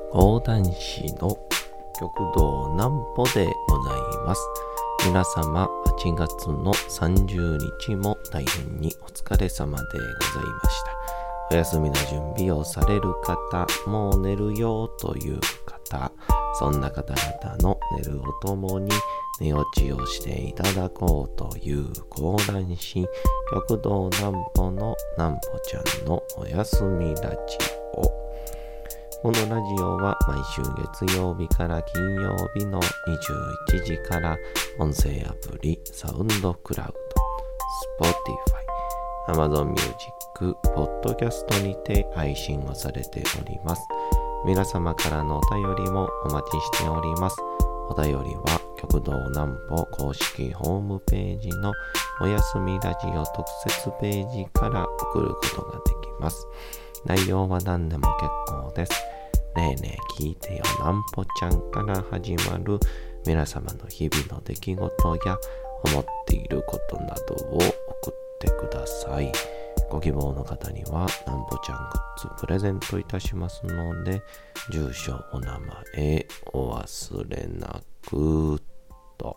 講談師の極道南歩でございます。皆様8月の30日も大変にお疲れ様でございました。お休みの準備をされる方、もう寝るよという方、そんな方々の寝るおともに寝落ちをしていただこうという講談師極道南歩の南歩ちゃんのおやすみラジオ。このラジオは毎週月曜日から金曜日の21時から音声アプリサウンドクラウド、Spotify、Amazon Music、ポッドキャストにて配信をされております。皆様からのお便りもお待ちしております。お便りは極道南歩公式ホームページのおやすみラジオ特設ページから送ることができます。内容は何でも結構です。ねえねえ聞いてよ南歩ちゃんから始まる皆様の日々の出来事や思っていることなどを送ってください。ご希望の方には南歩ちゃんグッズプレゼントいたしますので、住所お名前お忘れなくと。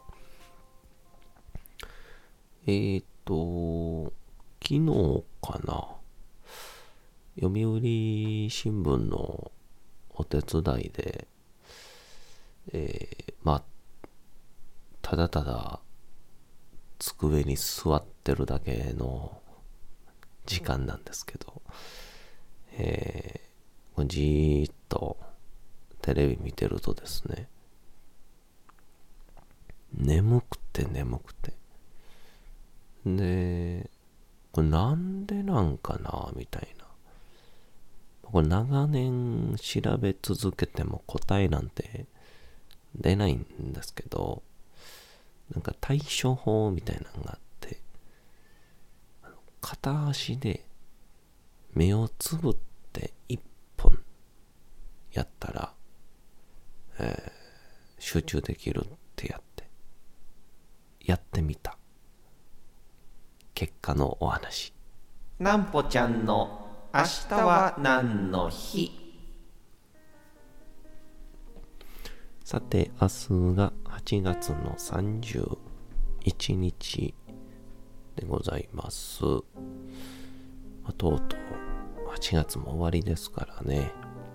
昨日かな、読売新聞のお手伝いで、ただただ机に座ってるだけの時間なんですけど、じーっとテレビ見てるとですね、眠くてで、これなんでなんかなみたいな。これ長年調べ続けても答えなんて出ないんですけど、なんか対処法みたいなのがあって、片足で目をつぶって1本やったら、集中できるってやってみた結果のお話。南歩ちゃんの明日は何の日。さて、明日が8月の31日でございます。とうとう8月も終わりですからね。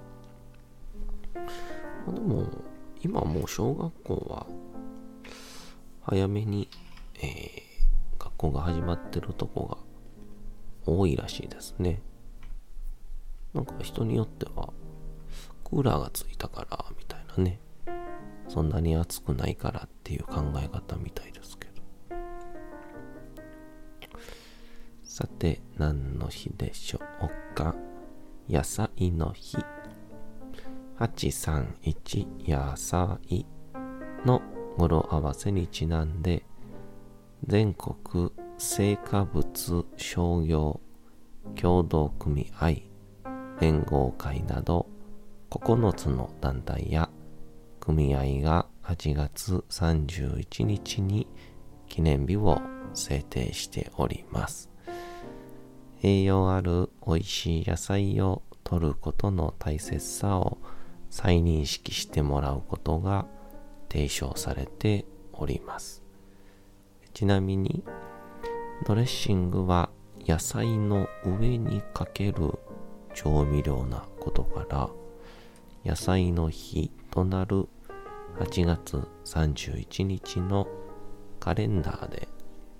でも今もう小学校は早めに、学校が始まってるとこが多いらしいですね。なんか人によってはクーラーがついたからみたいなね、そんなに暑くないからっていう考え方みたいですけど。さて、何の日でしょうか。野菜の日。831野菜の語呂合わせにちなんで、全国成果物商業協同組合連合会など9つの団体や組合が8月31日に記念日を制定しております。栄養ある美味しい野菜を摂ることの大切さを再認識してもらうことが提唱されております。ちなみにドレッシングは野菜の上にかける調味料なことから、野菜の日となる8月31日のカレンダーで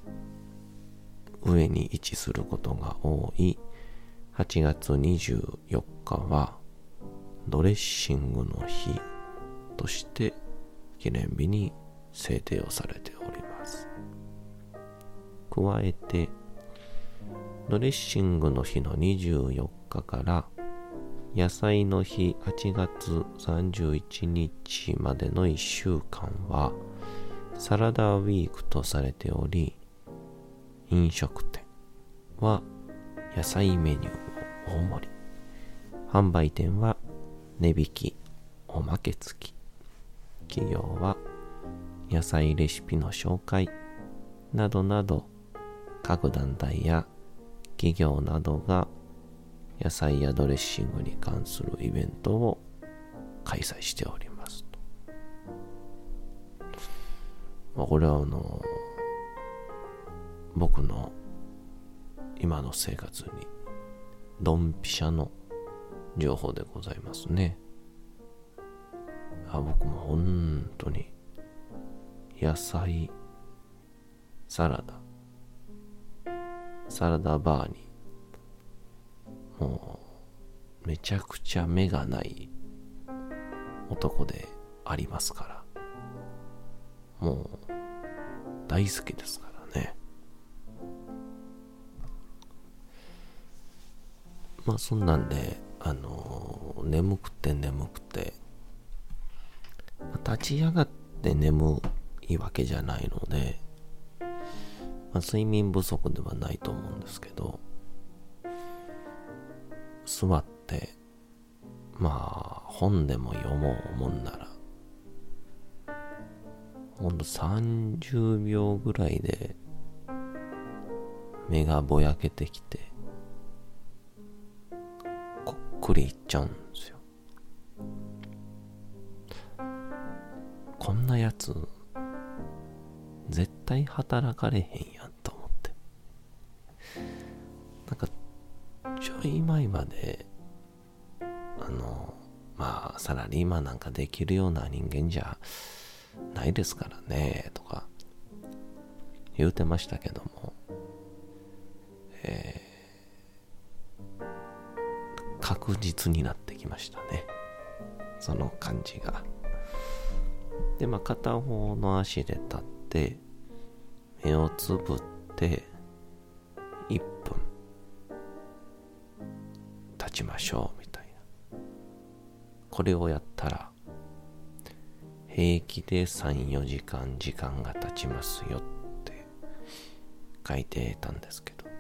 上に位置することが多い8月24日はドレッシングの日として記念日に制定をされております。加えてドレッシングの日の24日から野菜の日8月31日までの1週間はサラダウィークとされており、飲食店は野菜メニューを大盛り、販売店は値引き、おまけ付き、企業は野菜レシピの紹介などなど、各団体や企業などが野菜やドレッシングに関するイベントを開開催しておりますと。これは僕の今の生活にドンピシャの情報でございますね。僕も本当に野菜サラダバーにもうめちゃくちゃ目がない男でありますから、もう大好きですからね。そんなんで眠くて立ち上がって眠いわけじゃないので、睡眠不足ではないと思うんですけど、座って本でも読もうもんならほんと30秒ぐらいで目がぼやけてきてこっくりいっちゃうんですよ。こんなやつ絶対働かれへんやんと思って、ちょい前までサラリーマンなんかできるような人間じゃないですからねとか言うてましたけども、確実になってきましたね、その感じが。で片方の足で立って目をつぶって1分立ちましょうみたいな、これをやったら平気で 3,4 時間が経ちますよって書いてたんですけど、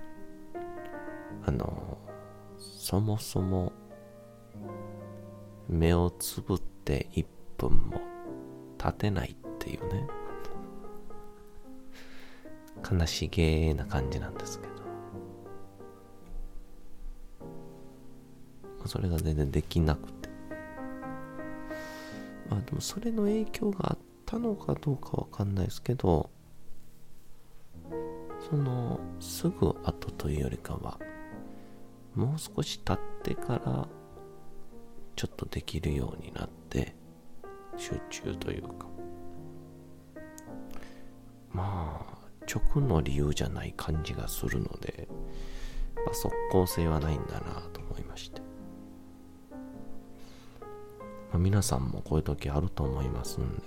そもそも目をつぶって1分も立てないっていうね、悲しげな感じなんですけど、それが全然できなくて、でもそれの影響があったのかどうかわかんないですけど、すぐ後というよりかはもう少し経ってからちょっとできるようになって集中というか、直の理由じゃない感じがするので、即効性はないんだなと思いまして、皆さんもこういう時あると思いますん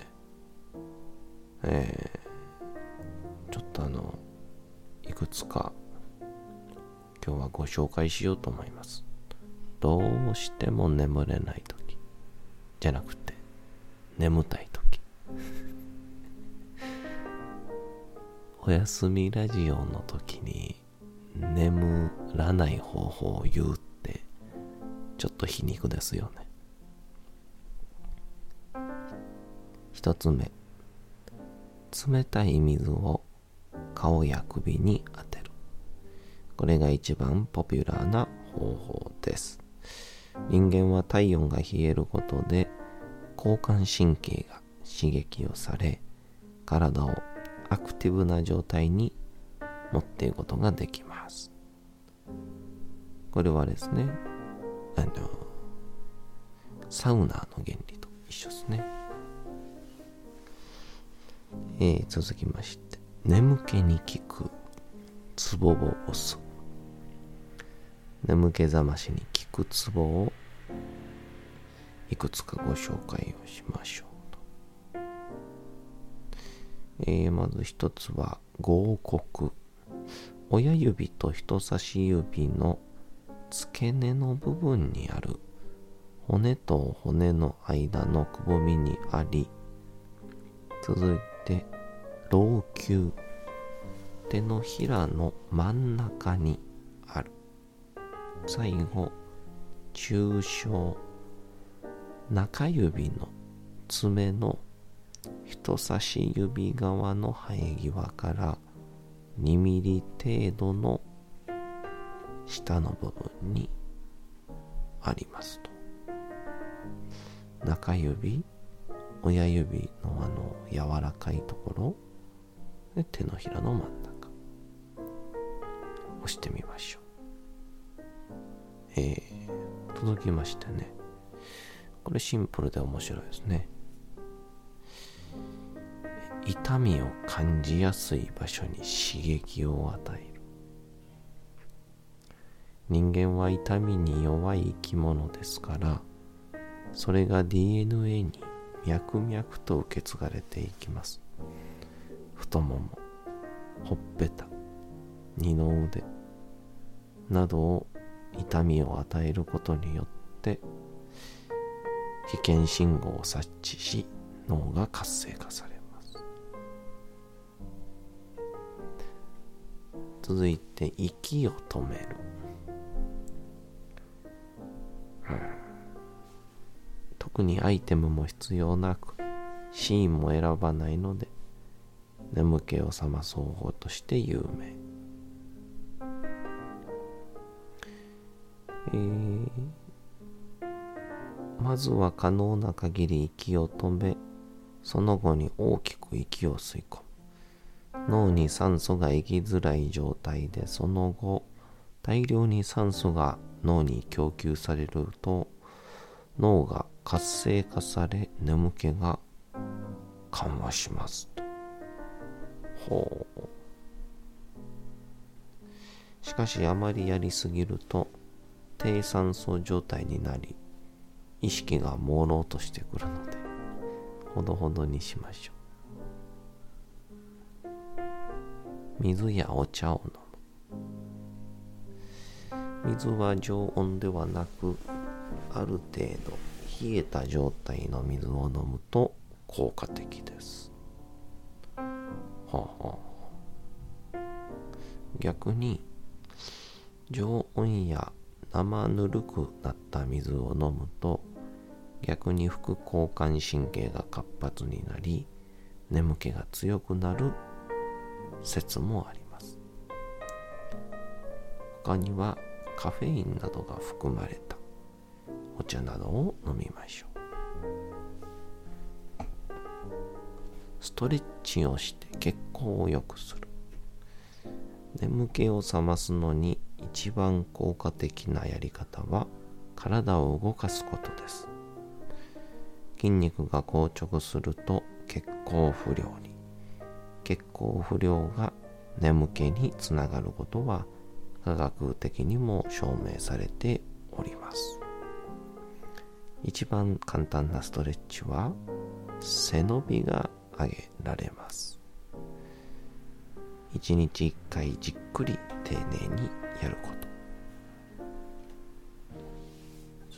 で、ちょっといくつか今日はご紹介しようと思います。どうしても眠れない時じゃなくて眠たい時おやすみラジオの時に眠らない方法を言うってちょっと皮肉ですよね。一つ目、冷たい水を顔や首に当てる。これが一番ポピュラーな方法です。人間は体温が冷えることで交感神経が刺激をされ、体をアクティブな状態に持っていくことができます。これはですね、サウナの原理と一緒ですね。続きまして、眠気に効くツボを押す。眠気覚ましに効くツボをいくつかご紹介をしましょうと。まず一つは合谷。親指と人差し指の付け根の部分にある骨と骨の間のくぼみにあり、続いて老朽。手のひらの真ん中にある。最後、中小。中指の爪の人差し指側の生え際から2ミリ程度の下の部分にありますと。 中指、親指の柔らかいところで、手のひらの真ん中押してみましょう。届きましたね。これシンプルで面白いですね。痛みを感じやすい場所に刺激を与える。人間は痛みに弱い生き物ですから、それが DNA に脈々と受け継がれていきます。太もも、ほっぺた、二の腕などを痛みを与えることによって危険信号を察知し、脳が活性化されます。続いて息を止める。特にアイテムも必要なく、シーンも選ばないので、眠気を覚ます方法として有名。まずは可能な限り息を止め、その後に大きく息を吸い込む。脳に酸素が行きづらい状態で、その後大量に酸素が脳に供給されると、脳が活性化され、眠気が緩和しますと。しかしあまりやりすぎると低酸素状態になり、意識が朦朧としてくるので、ほどほどにしましょう。水やお茶を飲む。水は常温ではなく、ある程度冷えた状態の水を飲むと効果的です。逆に常温や生ぬるくなった水を飲むと、逆に副交感神経が活発になり、眠気が強くなる説もあります。他にはカフェインなどが含まれたお茶などを飲みましょう。ストレッチをして血行を良くする。眠気を覚ますのに一番効果的なやり方は、体を動かすことです。筋肉が硬直すると血行不良に、血行不良が眠気につながることは科学的にも証明されております。一番簡単なストレッチは背伸びが挙げられます。1日1回じっくり丁寧にやること。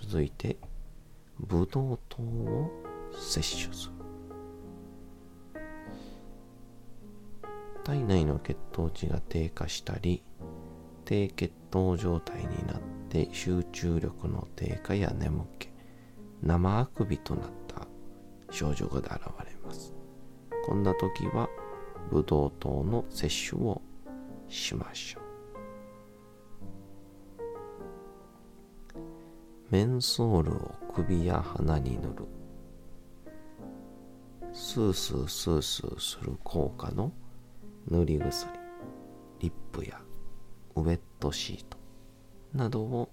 続いてブドウ糖を摂取する。体内の血糖値が低下したり、低血糖状態になって集中力の低下や眠気、生あくびとなった症状が現れます。こんな時はブドウ糖の摂取をしましょう。メンソールを首や鼻に塗る。スースースースーする効果の塗り薬、リップやウェットシートなどを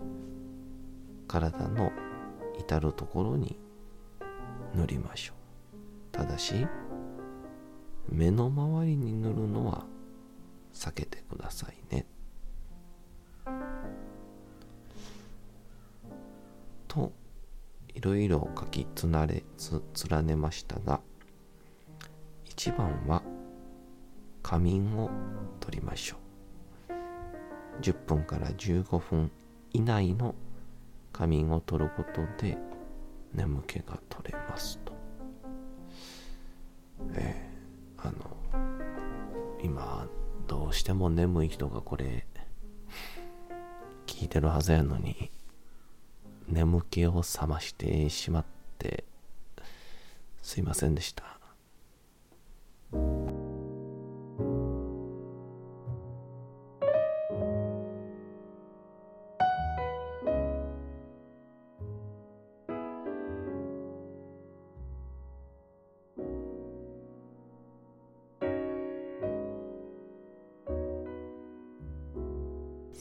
体の至るところに塗りましょう。ただし目の周りに塗るのは避けてくださいね。といろいろ書き連ねましたが、一番は仮眠を取りましょう。10分から15分以内の仮眠を取ることで眠気が取れますと。今どうしても眠い人がこれ聞いてるはずやのに、眠気を覚ましてしまってすいませんでした。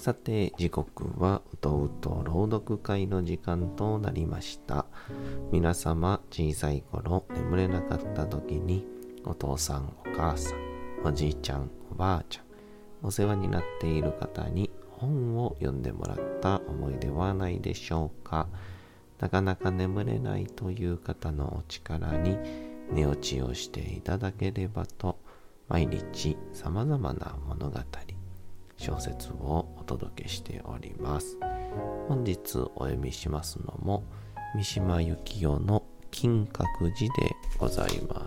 さて、時刻はうとうと朗読会の時間となりました。皆様、小さい頃眠れなかった時に、お父さん、お母さん、おじいちゃん、おばあちゃん、お世話になっている方に本を読んでもらった思いではないでしょうか。なかなか眠れないという方のお力に寝落ちをしていただければと、毎日様々な物語、小説をお届けしております。本日お読みしますのも三島由紀夫の金閣寺でございます。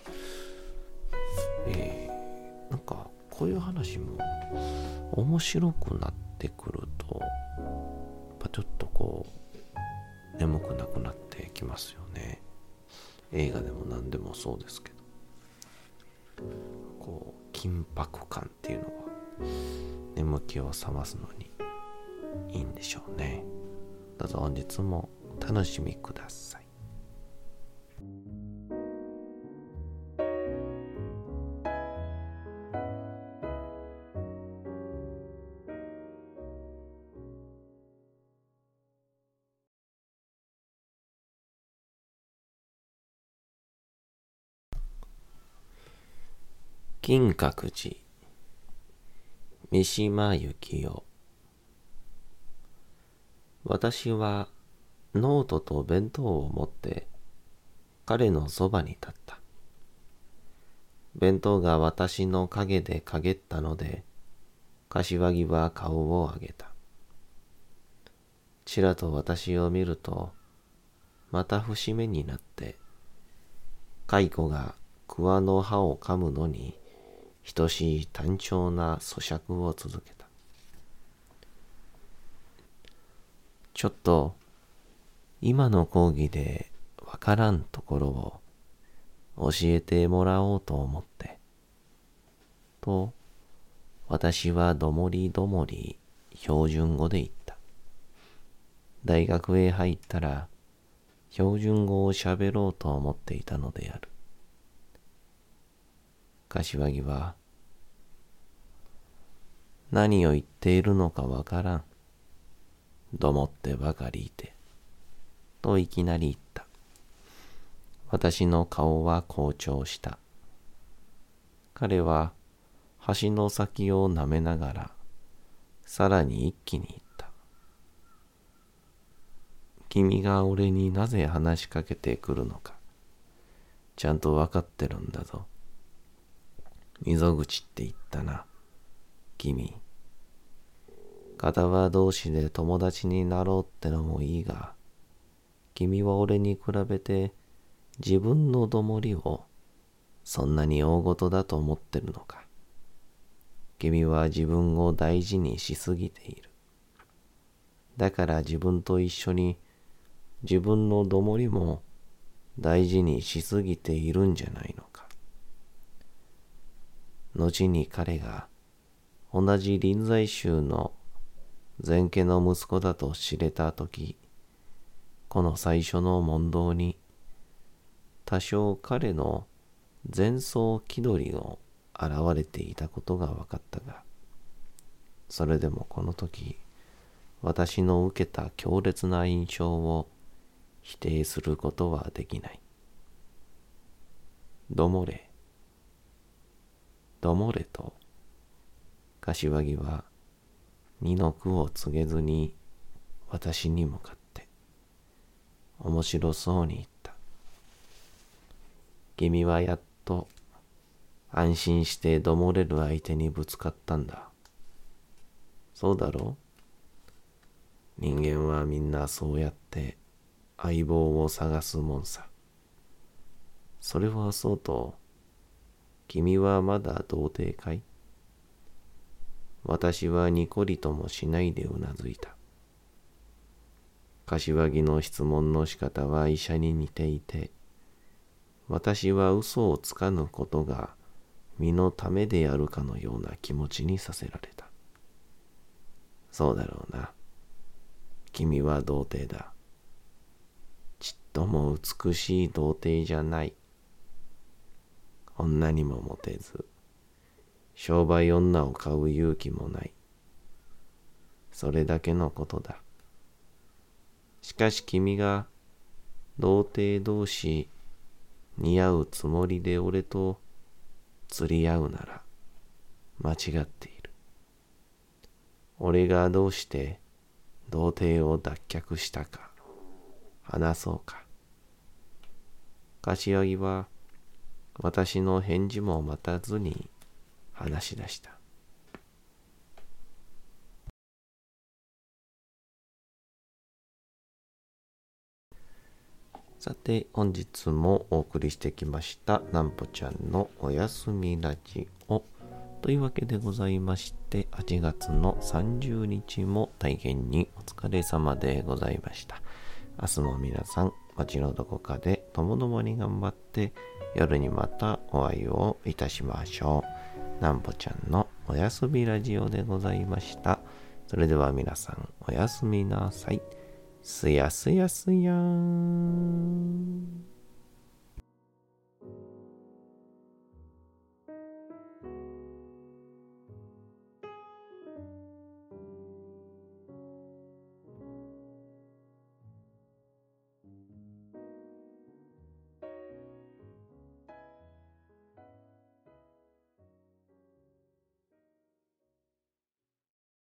なんかこういう話も面白くなってくるとちょっとこう眠くなくなってきますよね。映画でも何でもそうですけど、こう緊迫感っていうのは眠気を覚ますのにいいんでしょうね。どうぞ本日もお楽しみください。金閣寺、三島由紀夫。私はノートと弁当を持って彼のそばに立った。弁当が私の影で陰ったので、柏木は顔を上げた。ちらと私を見ると、また節目になって、蚕が桑の葉を噛むのに等しい単調な咀嚼を続けた。ちょっと今の講義でわからんところを教えてもらおうと思って、と私はどもりどもり標準語で言った。大学へ入ったら標準語を喋ろうと思っていたのである。柏木は、何を言っているのかわからん。どもってばかりいて。といきなり言った。私の顔は紅潮した。彼は橋の先を舐めながら、さらに一気に言った。君が俺になぜ話しかけてくるのか、ちゃんとわかってるんだぞ。溝口って言ったな。君。片輪同士で友達になろうってのもいいが、君は俺に比べて自分のどもりをそんなに大事だと思ってるのか。君は自分を大事にしすぎている。だから自分と一緒に自分のどもりも大事にしすぎているんじゃないのか。後に彼が同じ臨済宗の前家の息子だと知れたとき、この最初の問答に多少彼の前奏気取りを現れていたことが分かったが、それでもこの時私の受けた強烈な印象を否定することはできない。どもれ、どもれと柏木は二の句を告げずに私に向かって面白そうに言った。君はやっと安心してどもれる相手にぶつかったんだ。そうだろう。人間はみんなそうやって相棒を探すもんさ。それはそうと、君はまだ童貞かい？私はにこりともしないでうなずいた。柏木の質問の仕方は医者に似ていて、私は嘘をつかぬことが身のためであるかのような気持ちにさせられた。そうだろうな。君は童貞だ。ちっとも美しい童貞じゃない。女にもモテず、商売女を買う勇気もない。 それだけのことだ。しかし君が童貞同士似合うつもりで俺と釣り合うなら間違っている。俺がどうして童貞を脱却したか話そうか。柏木は私の返事も待たずに話し出した。さて本日もお送りしてきましたなんぽちゃんのおやすみラジオというわけでございまして、8月の30日も大変にお疲れ様でございました。明日も皆さん街のどこかでともどもに頑張って夜にまたお会いをいたしましょう。なんぽちゃんのおやすみラジオでございました。それでは皆さんおやすみなさい。すやすやすやーん。